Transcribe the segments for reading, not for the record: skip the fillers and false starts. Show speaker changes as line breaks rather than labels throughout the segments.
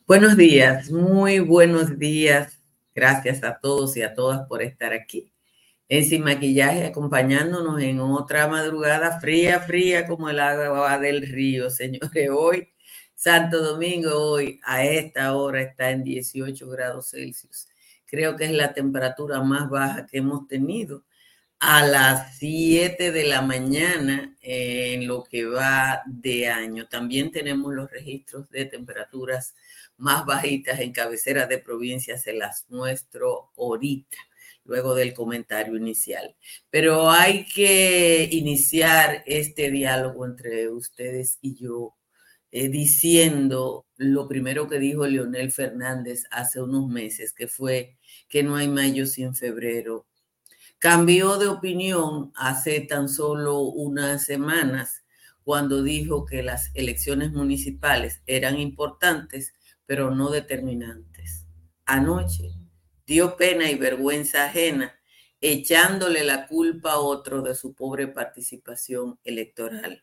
Buenos días, muy buenos días. Gracias a todos y a todas por estar aquí. En Sin Maquillaje, acompañándonos en otra madrugada fría, fría como el agua del río, señores. Hoy, Santo Domingo, hoy a esta hora está en 18 grados Celsius. Creo que es la temperatura más baja que hemos tenido a las 7 de la mañana en lo que va de año. También tenemos los registros de temperaturas más bajitas en cabeceras de provincias, se las muestro ahorita, luego del comentario inicial. Pero hay que iniciar este diálogo entre ustedes y yo diciendo lo primero que dijo Leonel Fernández hace unos meses, que fue que no hay mayo sin febrero. Cambió de opinión hace tan solo unas semanas cuando dijo que las elecciones municipales eran importantes, pero no determinantes. Anoche dio pena y vergüenza ajena, echándole la culpa a otro de su pobre participación electoral.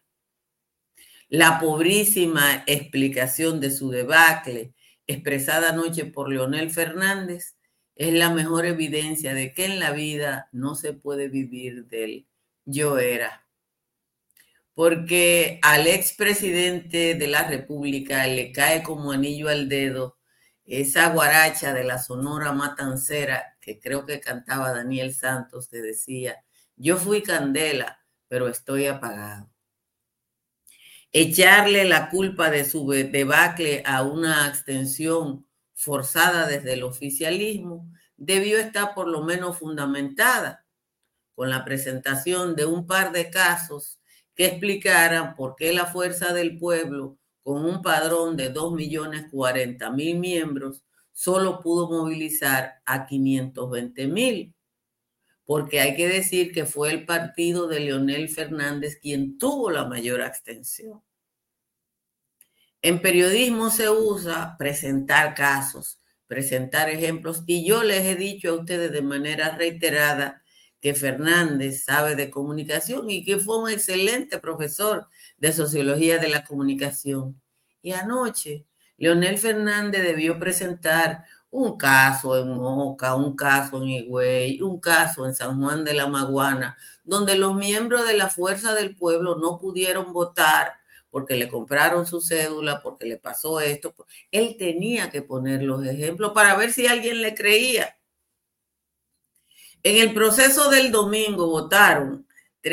La pobrísima explicación de su debacle, expresada anoche por Leonel Fernández, es la mejor evidencia de que en la vida no se puede vivir del yo era. Porque al expresidente de la República le cae como anillo al dedo esa guaracha de la Sonora Matancera que creo que cantaba Daniel Santos, que decía: yo fui candela, pero estoy apagado. Echarle la culpa de su debacle a una abstención forzada desde el oficialismo debió estar por lo menos fundamentada con la presentación de un par de casos que explicaran por qué la Fuerza del Pueblo, con un padrón de 2.040.000 miembros, solo pudo movilizar a 520.000. Porque hay que decir que fue el partido de Leonel Fernández quien tuvo la mayor abstención. En periodismo se usa presentar casos, presentar ejemplos, y yo les he dicho a ustedes de manera reiterada que Fernández sabe de comunicación y que fue un excelente profesor de sociología de la comunicación. Y anoche, Leonel Fernández debió presentar un caso en Moca, un caso en Higüey, un caso en San Juan de la Maguana, donde los miembros de la Fuerza del Pueblo no pudieron votar porque le compraron su cédula, porque le pasó esto. Él tenía que poner los ejemplos para ver si alguien le creía. En el proceso del domingo votaron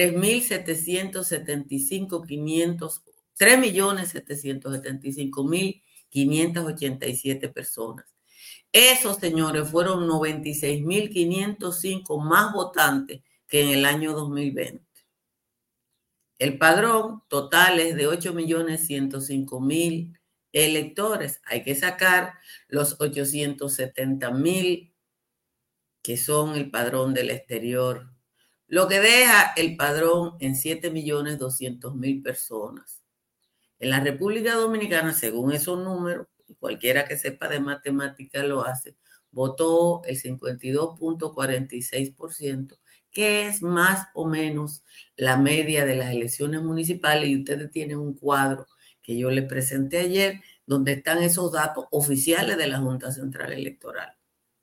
3.775.587 personas. Esos, señores, fueron 96.505 más votantes que en el año 2020. El padrón total es de 8.105.000 electores. Hay que sacar los 870.000 que son el padrón del exterior, lo que deja el padrón en 7.200.000 personas. En la República Dominicana, según esos números, cualquiera que sepa de matemática lo hace, votó el 52.46%, que es más o menos la media de las elecciones municipales, y ustedes tienen un cuadro que yo les presenté ayer, donde están esos datos oficiales de la Junta Central Electoral.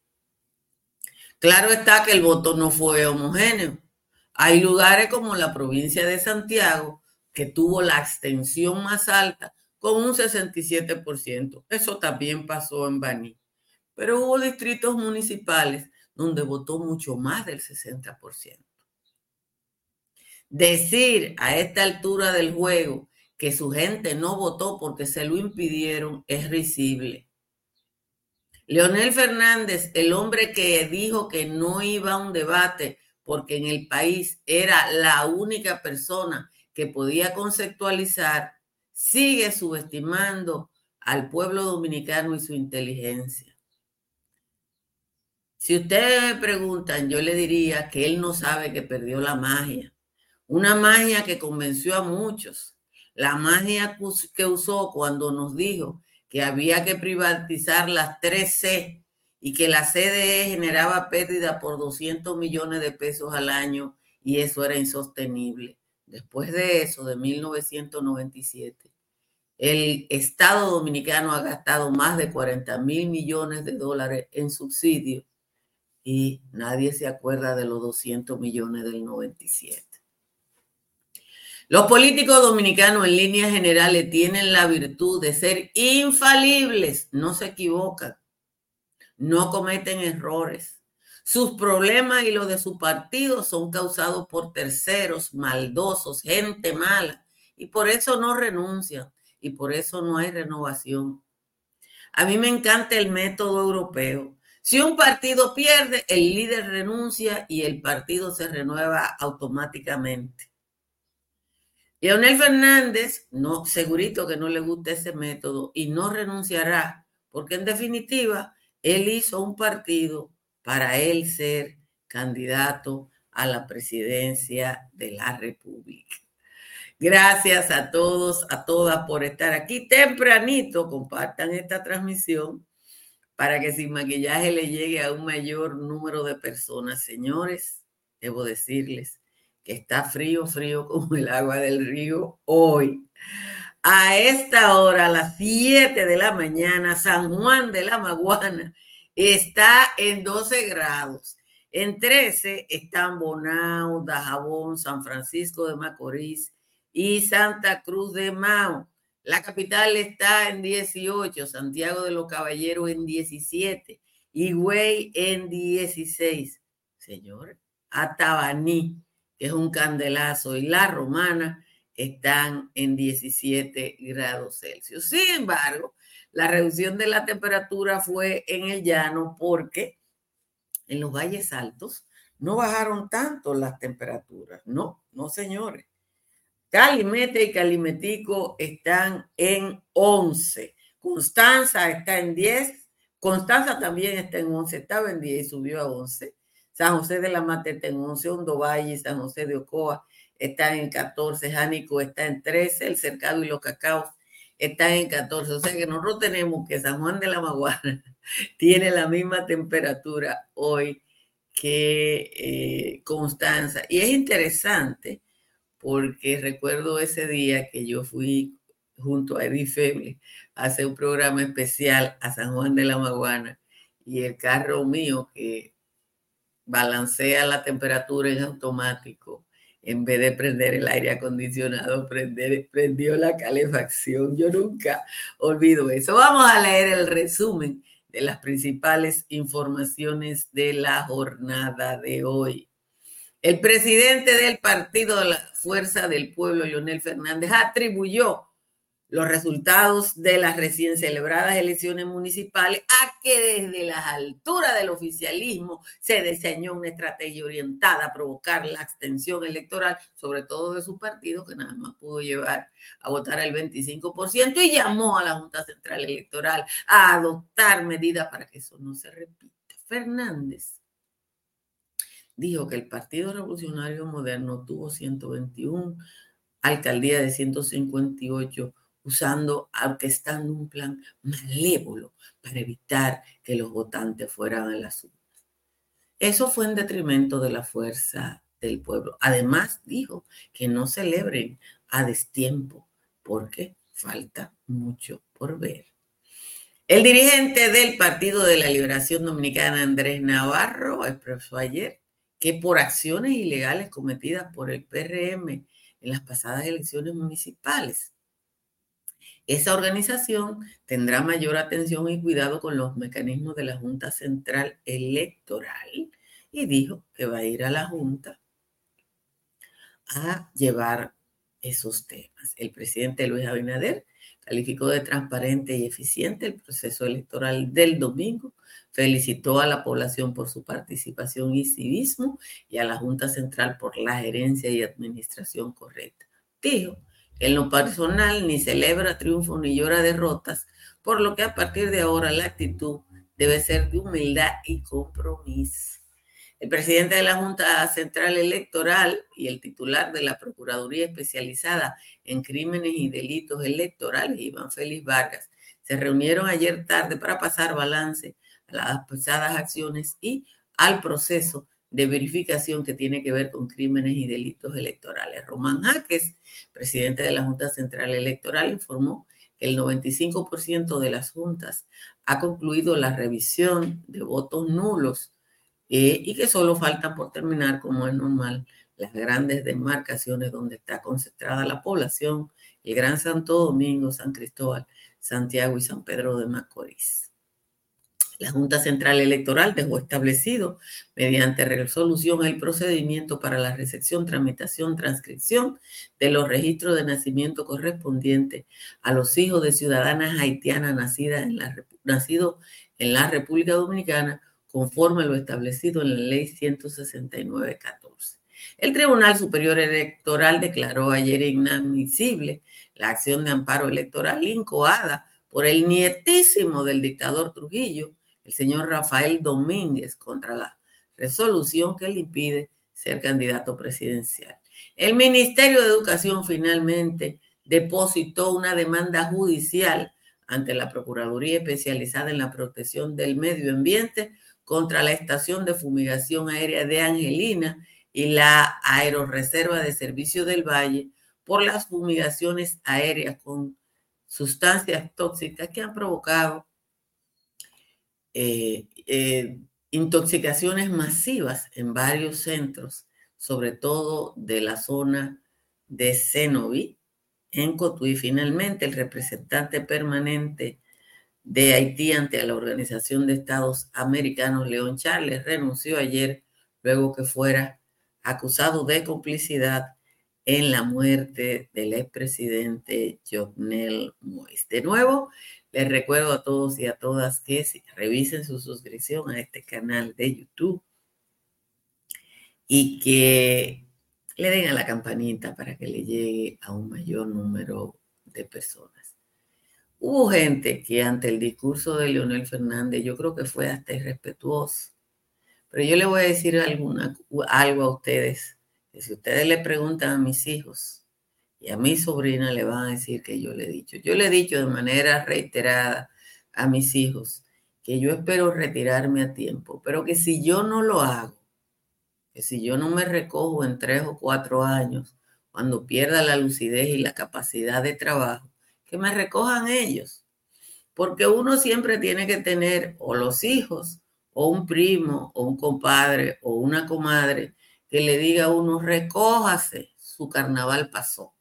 Claro está que el voto no fue homogéneo. Hay lugares como la provincia de Santiago que tuvo la abstención más alta con un 67%. Eso también pasó en Baní. Pero hubo distritos municipales donde votó mucho más del 60%. Decir a esta altura del juego que su gente no votó porque se lo impidieron es risible. Leonel Fernández, el hombre que dijo que no iba a un debate porque en el país era la única persona que podía conceptualizar, sigue subestimando al pueblo dominicano y su inteligencia. Si ustedes me preguntan, yo le diría que él no sabe que perdió la magia. Una magia que convenció a muchos. La magia que usó cuando nos dijo que había que privatizar las 3C y que la CDE generaba pérdida por 200 millones de pesos al año y eso era insostenible. Después de eso, de 1997, El Estado dominicano ha gastado más de 40,000 millones de dólares en subsidios y nadie se acuerda de los 200 millones del 97. Los políticos dominicanos en líneas generales tienen la virtud de ser infalibles, no se equivocan, no cometen errores. Sus problemas y los de su partido son causados por terceros, maldosos, gente mala, y por eso no renuncian, y por eso no hay renovación. A mí me encanta el método europeo. Si un partido pierde, el líder renuncia y el partido se renueva automáticamente. Leonel Fernández, no, segurito que no le gusta ese método y no renunciará, porque en definitiva, él hizo un partido para él ser candidato a la presidencia de la República. Gracias a todos, a todas por estar aquí tempranito. Compartan esta transmisión para que Sin Maquillaje le llegue a un mayor número de personas. Señores, debo decirles que está frío, frío como el agua del río hoy. A esta hora, a las 7 de la mañana, San Juan de la Maguana está en 12 grados. En 13 están Bonao, Dajabón, San Francisco de Macorís y Santa Cruz de Mao. La capital está en 18, Santiago de los Caballeros en 17, Higüey en 16. Señores, Atabaní, que es un candelazo, y La Romana están en 17 grados Celsius. Sin embargo, la reducción de la temperatura fue en el llano porque en los valles altos no bajaron tanto las temperaturas. No, no, señores. Calimete y Calimetico están en 11. Constanza está en 10. Constanza también está en 11. Estaba en 10 y subió a 11. San José de la Mata está en 11. Hondo Valle y San José de Ocoa están en 14. Jánico está en 13. El Cercado y los Cacaos están en 14. O sea que nosotros tenemos que San Juan de la Maguana tiene la misma temperatura hoy que Constanza. Y es interesante porque recuerdo ese día que yo fui junto a Edith Feble a hacer un programa especial a San Juan de la Maguana y el carro mío que balancea la temperatura en automático, en vez de prender el aire acondicionado, prendió la calefacción. Yo nunca olvido eso. Vamos a leer el resumen de las principales informaciones de la jornada de hoy. El presidente del Partido de la Fuerza del Pueblo, Leonel Fernández, atribuyó los resultados de las recién celebradas elecciones municipales a que desde las alturas del oficialismo se diseñó una estrategia orientada a provocar la abstención electoral, sobre todo de su partido, que nada más pudo llevar a votar el 25%, y llamó a la Junta Central Electoral a adoptar medidas para que eso no se repita. Fernández dijo que el Partido Revolucionario Moderno tuvo 121 alcaldías de 158 usando, orquestando un plan malévolo para evitar que los votantes fueran a las urnas. Eso fue en detrimento de la fuerza del pueblo. Además, dijo que no celebren a destiempo porque falta mucho por ver. El dirigente del Partido de la Liberación Dominicana, Andrés Navarro, expresó ayer que por acciones ilegales cometidas por el PRM en las pasadas elecciones municipales, esa organización tendrá mayor atención y cuidado con los mecanismos de la Junta Central Electoral y dijo que va a ir a la Junta a llevar esos temas. El presidente Luis Abinader calificó de transparente y eficiente el proceso electoral del domingo, felicitó a la población por su participación y civismo y a la Junta Central por la gerencia y administración correcta. Dijo que en lo personal ni celebra triunfos ni llora derrotas, por lo que a partir de ahora la actitud debe ser de humildad y compromiso. El presidente de la Junta Central Electoral y el titular de la Procuraduría Especializada en Crímenes y Delitos Electorales, Iván Félix Vargas, se reunieron ayer tarde para pasar balance a las pasadas acciones y al proceso de verificación que tiene que ver con crímenes y delitos electorales. Román Jaques, presidente de la Junta Central Electoral, informó el 95% de las juntas ha concluido la revisión de votos nulos y que solo faltan por terminar, como es normal, las grandes demarcaciones donde está concentrada la población, el Gran Santo Domingo, San Cristóbal, Santiago y San Pedro de Macorís. La Junta Central Electoral dejó establecido mediante resolución el procedimiento para la recepción, tramitación, transcripción de los registros de nacimiento correspondientes a los hijos de ciudadanas haitianas nacidos en la República Dominicana, conforme a lo establecido en la Ley 169/14. El Tribunal Superior Electoral declaró ayer inadmisible la acción de amparo electoral incoada por el nietísimo del dictador Trujillo, el señor Rafael Domínguez, contra la resolución que le impide ser candidato presidencial. El Ministerio de Educación finalmente depositó una demanda judicial ante la Procuraduría Especializada en la Protección del Medio Ambiente contra la Estación de Fumigación Aérea de Angelina y la Aeroreserva de Servicio del Valle por las fumigaciones aéreas con sustancias tóxicas que han provocado intoxicaciones masivas en varios centros, sobre todo de la zona de Cenoví, en Cotuí. Finalmente, el representante permanente de Haití ante la Organización de Estados Americanos, León Charles, renunció ayer luego que fuera acusado de complicidad en la muerte del expresidente Jovenel Moïse. De nuevo, les recuerdo a todos y a todas que revisen su suscripción a este canal de YouTube y que le den a la campanita para que le llegue a un mayor número de personas. Hubo gente que ante el discurso de Leonel Fernández, yo creo que fue hasta irrespetuoso, pero yo le voy a decir algo a ustedes, que si ustedes le preguntan a mis hijos y a mi sobrina, le van a decir que yo le he dicho. Yo le he dicho de manera reiterada a mis hijos que yo espero retirarme a tiempo, pero que si yo no lo hago, que si yo no me recojo en 3 o 4 años, cuando pierda la lucidez y la capacidad de trabajo, que me recojan ellos. Porque uno siempre tiene que tener o los hijos, o un primo, o un compadre, o una comadre, que le diga a uno, recójase, su carnaval pasó.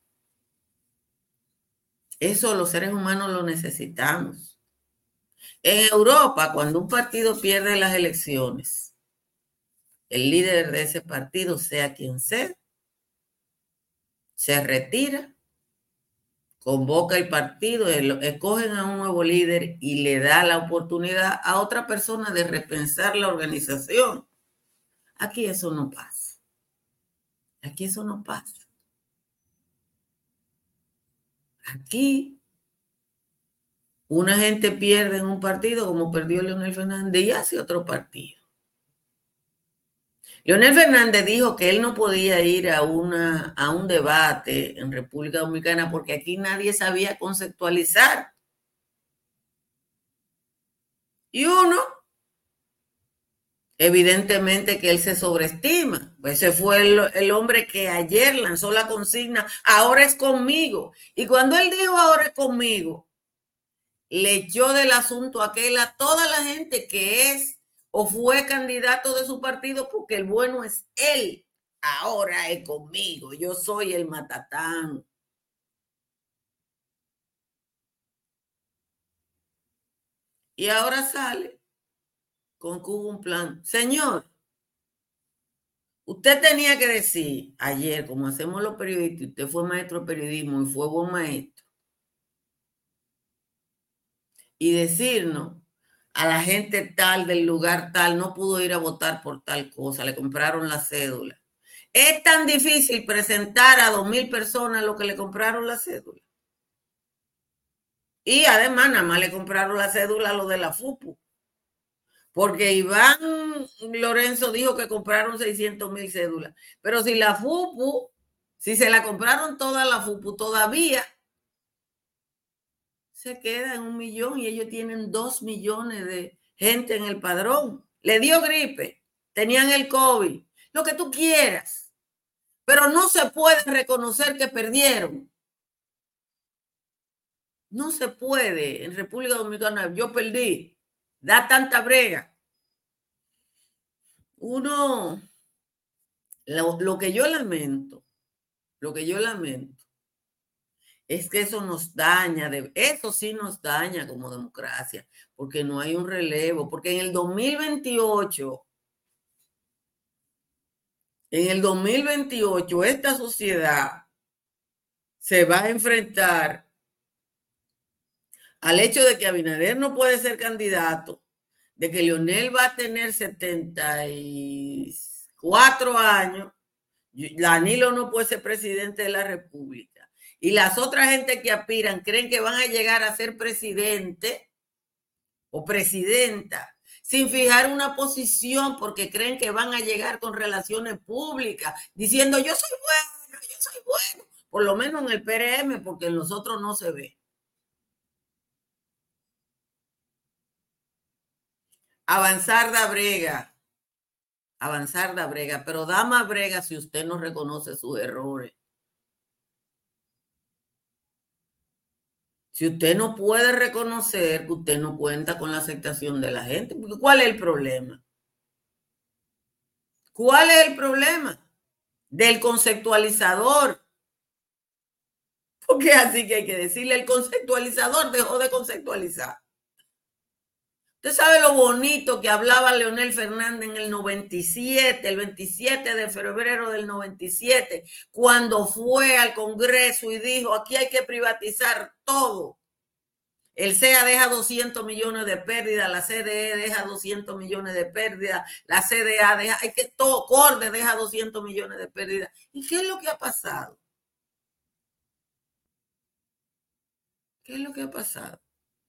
Eso los seres humanos lo necesitamos. En Europa, cuando un partido pierde las elecciones, el líder de ese partido, sea quien sea, se retira, convoca el partido, escogen a un nuevo líder y le da la oportunidad a otra persona de repensar la organización. Aquí eso no pasa. Aquí eso no pasa. Aquí una gente pierde en un partido como perdió Leonel Fernández y hace otro partido. Leonel Fernández dijo que él no podía ir a un debate en República Dominicana porque aquí nadie sabía conceptualizar. Y uno, evidentemente que él se sobreestima. Pues ese fue el hombre que ayer lanzó la consigna, ahora es conmigo. Y cuando él dijo ahora es conmigo, le echó del asunto aquel a toda la gente que es o fue candidato de su partido porque el bueno es él. Ahora es conmigo, yo soy el matatán. Y ahora sale con que hubo un plan. Señor, usted tenía que decir ayer, como hacemos los periodistas, usted fue maestro de periodismo y fue buen maestro, y decirnos a la gente tal del lugar tal no pudo ir a votar por tal cosa, le compraron la cédula. Es tan difícil presentar a 2,000 personas lo que le compraron la cédula. Y además nada más le compraron la cédula a lo de la FUPU. Porque Iván Lorenzo dijo que compraron 600,000 cédulas. Pero si la FUPU, si se la compraron toda la FUPU, todavía se queda en 1,000,000 y ellos tienen 2 millones de gente en el padrón. Le dio gripe, tenían el COVID, lo que tú quieras. Pero no se puede reconocer que perdieron. No se puede. En República Dominicana yo perdí. Da tanta brega. Uno, lo que yo lamento, es que eso nos daña, eso sí nos daña como democracia, porque no hay un relevo, porque en el 2028 esta sociedad se va a enfrentar al hecho de que Abinader no puede ser candidato, de que Leonel va a tener 74 años, Danilo no puede ser presidente de la República, y las otras gente que aspiran creen que van a llegar a ser presidente o presidenta sin fijar una posición porque creen que van a llegar con relaciones públicas diciendo yo soy bueno, yo soy bueno, por lo menos en el PRM, porque en los otros no se ve. Avanzar da brega, pero da más brega si usted no reconoce sus errores. Si usted no puede reconocer que usted no cuenta con la aceptación de la gente, porque ¿cuál es el problema? ¿Cuál es el problema? Del conceptualizador. Porque así que hay que decirle, el conceptualizador dejó de conceptualizar. Usted sabe lo bonito que hablaba Leonel Fernández en el 97, el 27 de febrero del 97, cuando fue al Congreso y dijo, aquí hay que privatizar todo. El CEA deja 200 millones de pérdidas, la CDE deja 200 millones de pérdidas, la CDA deja, hay que todo, CORDE deja 200 millones de pérdidas. ¿Y qué es lo que ha pasado? ¿Qué es lo que ha pasado?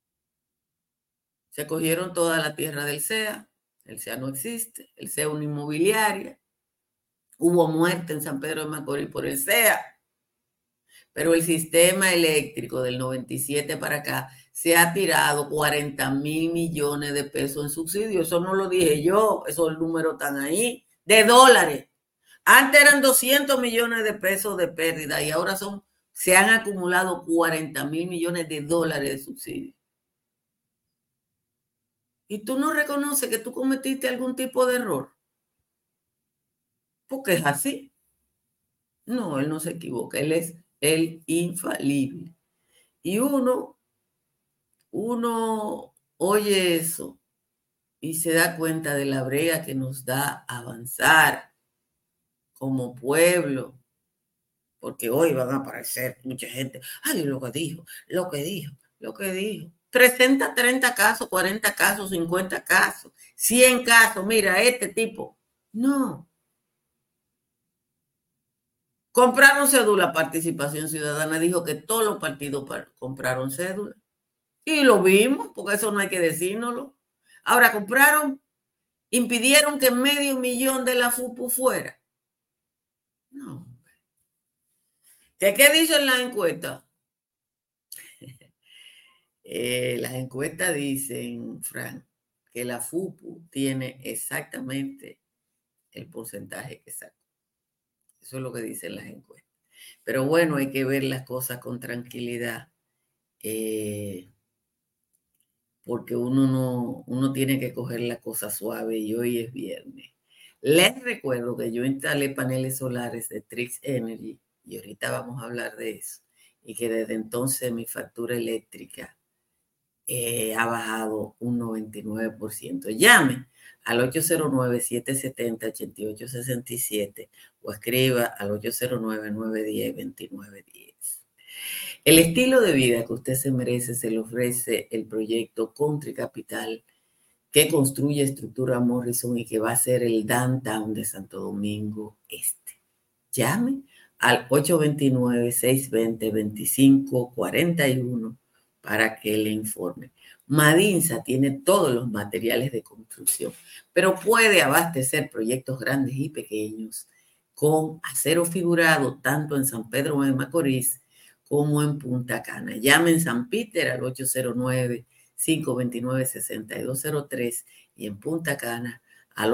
Se cogieron toda la tierra del CEA, el CEA no existe, el CEA es una inmobiliaria, hubo muerte en San Pedro de Macorís por el CEA, pero el sistema eléctrico del 97 para acá se ha tirado 40,000 millones de pesos en subsidios. Eso no lo dije yo, esos números están ahí, de dólares. Antes eran 200 millones de pesos de pérdida y ahora se han acumulado 40,000 millones de dólares de subsidios. Y tú no reconoces que tú cometiste algún tipo de error, porque es así. No, él no se equivoca, él es el infalible. Y uno oye eso y se da cuenta de la brega que nos da avanzar como pueblo, porque hoy van a aparecer mucha gente, ay, lo que dijo. Presenta 30 casos, 40 casos, 50 casos, 100 casos, mira, este tipo. No. Compraron cédula, Participación Ciudadana dijo que todos los partidos compraron cédula. Y lo vimos, porque eso no hay que decírnoslo. Ahora impidieron que 500,000 de la FUPU fuera. No. ¿Qué dicen las encuestas? Las encuestas dicen, Frank, que la FUPU tiene exactamente el porcentaje que sacó. Eso es lo que dicen las encuestas. Pero bueno, hay que ver las cosas con tranquilidad. Porque uno tiene que coger la cosa suave y hoy es viernes. Les recuerdo que yo instalé paneles solares de Trix Energy y ahorita vamos a hablar de eso. Y que desde entonces mi factura eléctrica ha bajado un 99%. Llame al 809-770-8867 o escriba al 809-910-2910. El estilo de vida que usted se merece se le ofrece el proyecto Country Capital que construye estructura Morrison y que va a ser el downtown de Santo Domingo Este. Llame al 829-620-2541 para que le informe. Madinsa tiene todos los materiales de construcción, pero puede abastecer proyectos grandes y pequeños con acero figurado tanto en San Pedro de Macorís como en Punta Cana. Llame en San Peter al 809-529-6203 y en Punta Cana al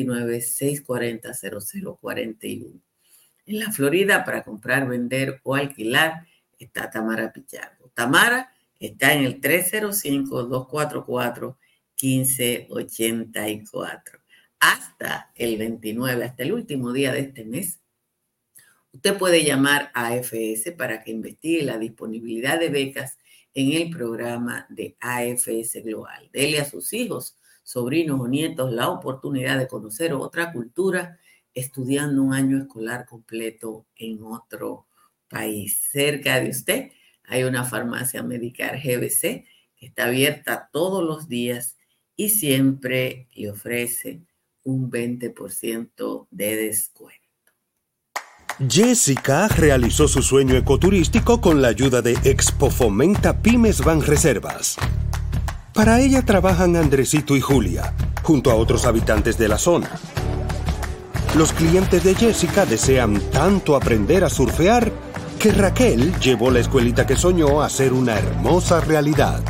829-640-0041. En la Florida, para comprar, vender o alquilar, está Tamara Pichardo. Tamara está en el 305-244-1584. Hasta el 29, hasta el último día de este mes, usted puede llamar a AFS para que investigue la disponibilidad de becas en el programa de AFS Global. Dele a sus hijos, sobrinos o nietos la oportunidad de conocer otra cultura estudiando un año escolar completo en otro país. Cerca de usted hay una farmacia Medicar GBC que está abierta todos los días y siempre le ofrece un 20% de descuento.
Jessica realizó su sueño ecoturístico con la ayuda de Expo Fomenta Pymes Banreservas. Para ella trabajan Andresito y Julia, junto a otros habitantes de la zona. Los clientes de Jessica desean tanto aprender a surfear que Raquel llevó la escuelita que soñó a ser una hermosa realidad.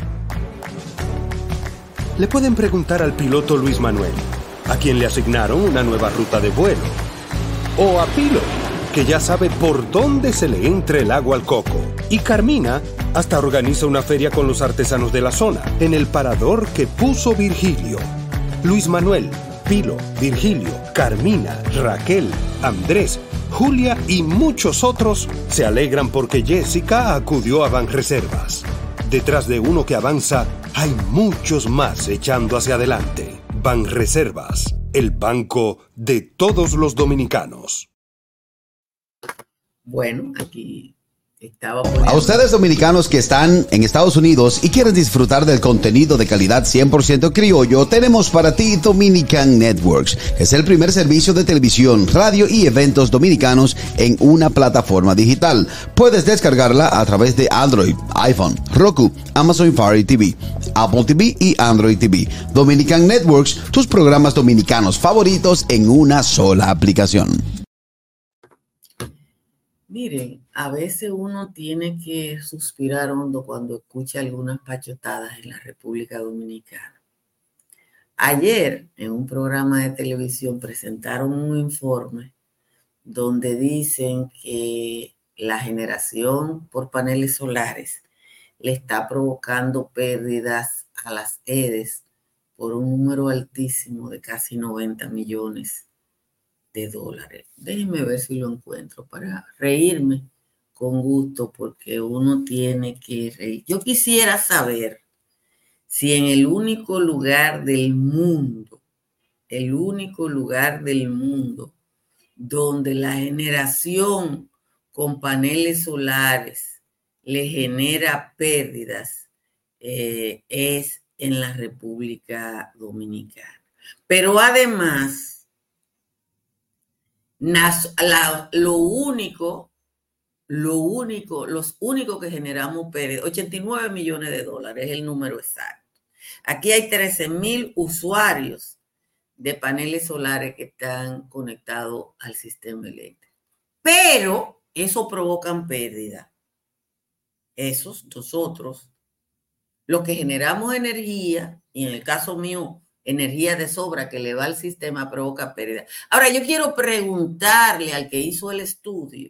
Le pueden preguntar al piloto Luis Manuel, a quien le asignaron una nueva ruta de vuelo. O a Pilo, que ya sabe por dónde se le entra el agua al coco. Y Carmina hasta organiza una feria con los artesanos de la zona, en el parador que puso Virgilio. Luis Manuel, Pilo, Virgilio, Carmina, Raquel, Andrés, Julia y muchos otros se alegran porque Jessica acudió a Banreservas. Detrás de uno que avanza, hay muchos más echando hacia adelante. Banreservas, el banco de todos los dominicanos.
Bueno, aquí estaba
A ustedes dominicanos que están en Estados Unidos y quieren disfrutar del contenido de calidad 100% criollo, tenemos para ti Dominican Networks. Es el primer servicio de televisión, radio y eventos dominicanos en una plataforma digital. Puedes descargarla a través de Android, iPhone, Roku, Amazon Fire TV, Apple TV y Android TV. Dominican Networks, tus programas dominicanos favoritos en una sola aplicación.
Miren, a veces uno tiene que suspirar hondo cuando escucha algunas pachotadas en la República Dominicana. Ayer, en un programa de televisión, presentaron un informe donde dicen que la generación por paneles solares le está provocando pérdidas a las EDES por un número altísimo de casi 90 millones de dólares. Déjenme ver si lo encuentro para reírme con gusto, porque uno tiene que reír. Yo quisiera saber si en el único lugar del mundo donde la generación con paneles solares le genera pérdidas es en la República Dominicana. Pero además, los únicos que generamos pérdidas, 89 millones de dólares es el número exacto. Aquí hay 13,000 usuarios de paneles solares que están conectados al sistema eléctrico. Pero eso provocan pérdida. Nosotros, los que generamos energía, y en el caso mío, energía de sobra que le va al sistema, provoca pérdida. Ahora, yo quiero preguntarle al que hizo el estudio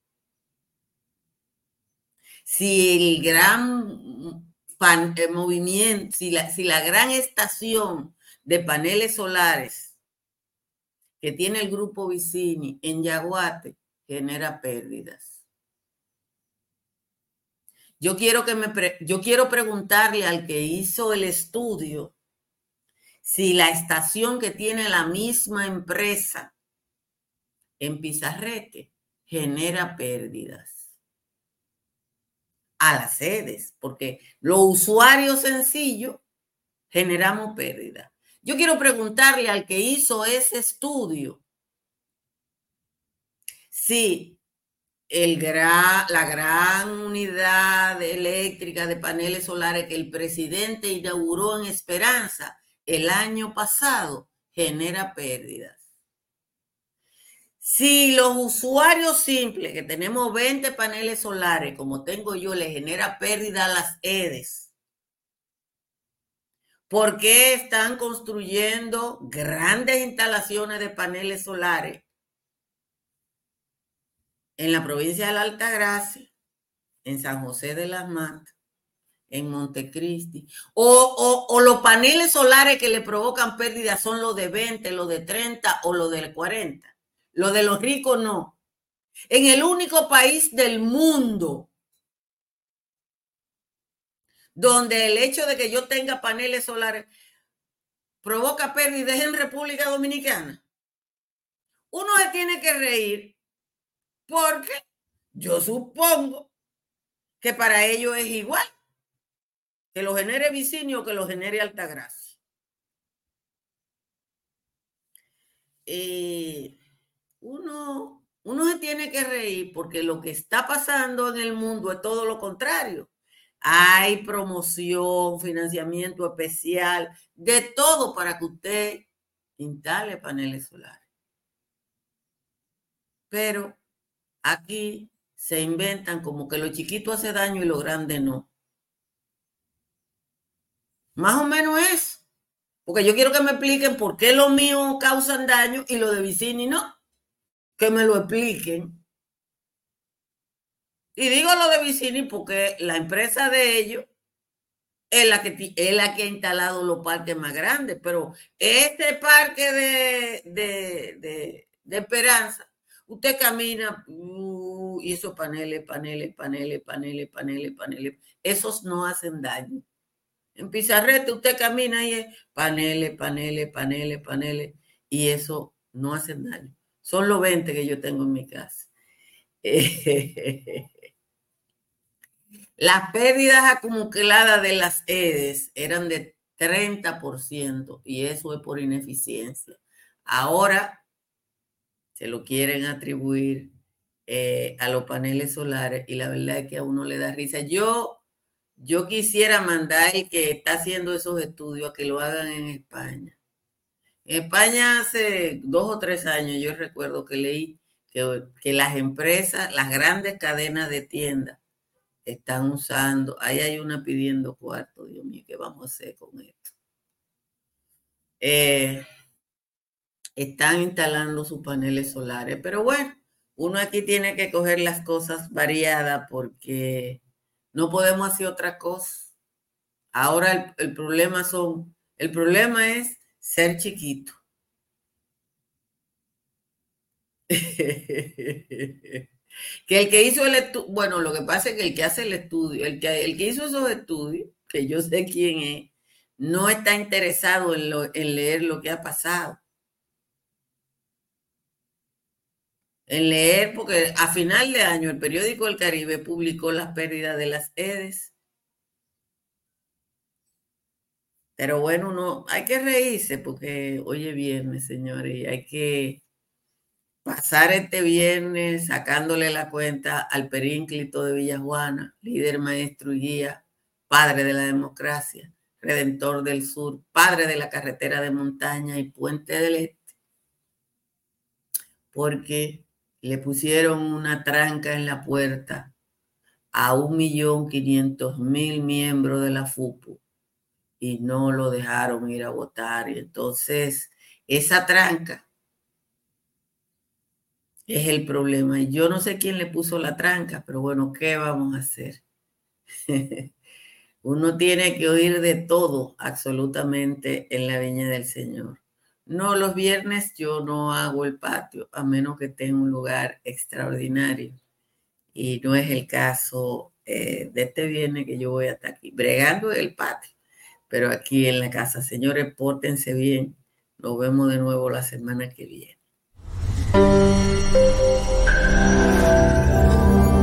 si el gran movimiento, si la gran estación de paneles solares que tiene el grupo Vicini en Yaguate genera pérdidas. Yo quiero preguntarle al que hizo el estudio si la estación que tiene la misma empresa en Pizarrete genera pérdidas a las sedes, porque los usuarios sencillos generamos pérdidas. Yo quiero preguntarle al que hizo ese estudio si la gran unidad eléctrica de paneles solares que el presidente inauguró en Esperanza el año pasado genera pérdidas. Si los usuarios simples, que tenemos 20 paneles solares, como tengo yo, le genera pérdida a las EDES, ¿por qué están construyendo grandes instalaciones de paneles solares en la provincia de la Altagracia, en San José de las Matas, en Montecristi. O los paneles solares que le provocan pérdidas son los de 20, los de 30 o los de 40. Los de los ricos no. En el único país del mundo donde el hecho de que yo tenga paneles solares provoca pérdidas en República Dominicana. Uno se tiene que reír porque yo supongo que para ellos es igual, que lo genere Vicini o que lo genere Altagracia. Uno se tiene que reír porque lo que está pasando en el mundo es todo lo contrario. Hay promoción, financiamiento especial, de todo para que usted instale paneles solares. Pero aquí se inventan como que lo chiquito hace daño y lo grande no. Más o menos eso. Porque yo quiero que me expliquen por qué lo mío causan daño y lo de Vicini no. Que me lo expliquen. Y digo lo de Vicini porque la empresa de ellos es la que ha instalado los parques más grandes, pero este parque de Esperanza, usted camina y esos paneles, esos no hacen daño. En Pizarrete usted camina y es paneles, y eso no hacen daño. Son los 20 que yo tengo en mi casa. Las pérdidas acumuladas de las EDES eran de 30% y eso es por ineficiencia. Ahora se lo quieren atribuir a los paneles solares y la verdad es que a uno le da risa. Yo quisiera mandar el que está haciendo esos estudios a que lo hagan en España. En España hace 2 o 3 años yo recuerdo que leí que las empresas, las grandes cadenas de tiendas, están usando, ahí hay una pidiendo cuarto, Dios mío, ¿qué vamos a hacer con esto? Están instalando sus paneles solares, pero bueno, uno aquí tiene que coger las cosas variadas porque no podemos hacer otra cosa. Ahora el problema es ser chiquito. Que el que hizo el estudio, bueno, lo que pasa es que el que hace el estudio, el que hizo esos estudios, que yo sé quién es, no está interesado en leer lo que ha pasado. En leer, porque a final de año el periódico El Caribe publicó las pérdidas de las EDES. Pero bueno, no, hay que reírse porque hoy es viernes, señores, y hay que pasar este viernes sacándole la cuenta al Perínclito de Villajuana, líder, maestro y guía, padre de la democracia, redentor del sur, padre de la carretera de montaña y puente del este, porque le pusieron una tranca en la puerta a 1.500.000 miembros de la FUPU y no lo dejaron ir a votar. Y entonces esa tranca es el problema. Y yo no sé quién le puso la tranca, pero bueno, ¿qué vamos a hacer? Uno tiene que oír de todo absolutamente en la viña del Señor. No, los viernes yo no hago el patio, a menos que tenga un lugar extraordinario. Y no es el caso de este viernes que yo voy hasta aquí, bregando el patio. Pero aquí en la casa, señores, pórtense bien. Nos vemos de nuevo la semana que viene.